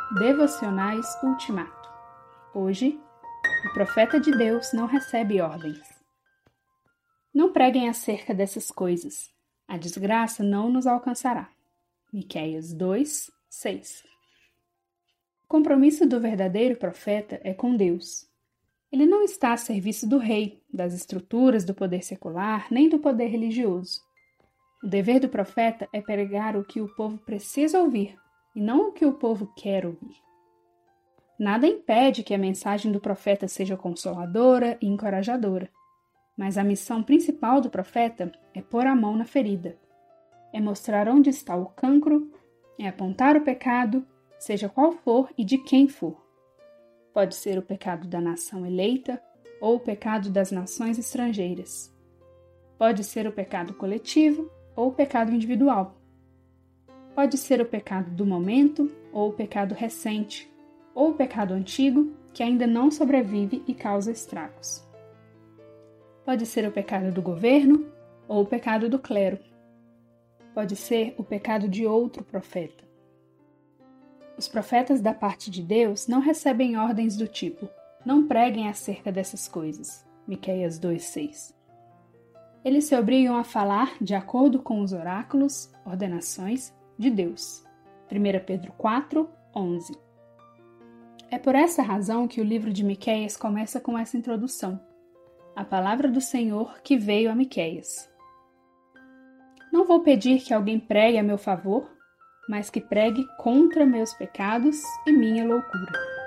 Devocionais Ultimato. Hoje, o profeta de Deus não recebe ordens. Não preguem acerca dessas coisas. A desgraça não nos alcançará. Miqueias 2, 6. O compromisso do verdadeiro profeta é com Deus. Ele não está a serviço do rei, das estruturas do poder secular, nem do poder religioso. O dever do profeta é pregar o que o povo precisa ouvir, e não o que o povo quer ouvir. Nada impede que a mensagem do profeta seja consoladora e encorajadora, mas a missão principal do profeta é pôr a mão na ferida, é mostrar onde está o cancro, é apontar o pecado, seja qual for e de quem for. Pode ser o pecado da nação eleita ou o pecado das nações estrangeiras. Pode ser o pecado coletivo ou o pecado individual. Pode ser o pecado do momento ou o pecado recente, ou o pecado antigo que ainda não sobrevive e causa estragos. Pode ser o pecado do governo ou o pecado do clero. Pode ser o pecado de outro profeta. Os profetas da parte de Deus não recebem ordens do tipo: não preguem acerca dessas coisas. Miqueias 2:6. Eles se obrigam a falar de acordo com os oráculos, ordenações de Deus. 1 Pedro 4:11. É por essa razão que o livro de Miqueias começa com essa introdução: a palavra do Senhor que veio a Miqueias. Não vou pedir que alguém pregue a meu favor, mas que pregue contra meus pecados e minha loucura.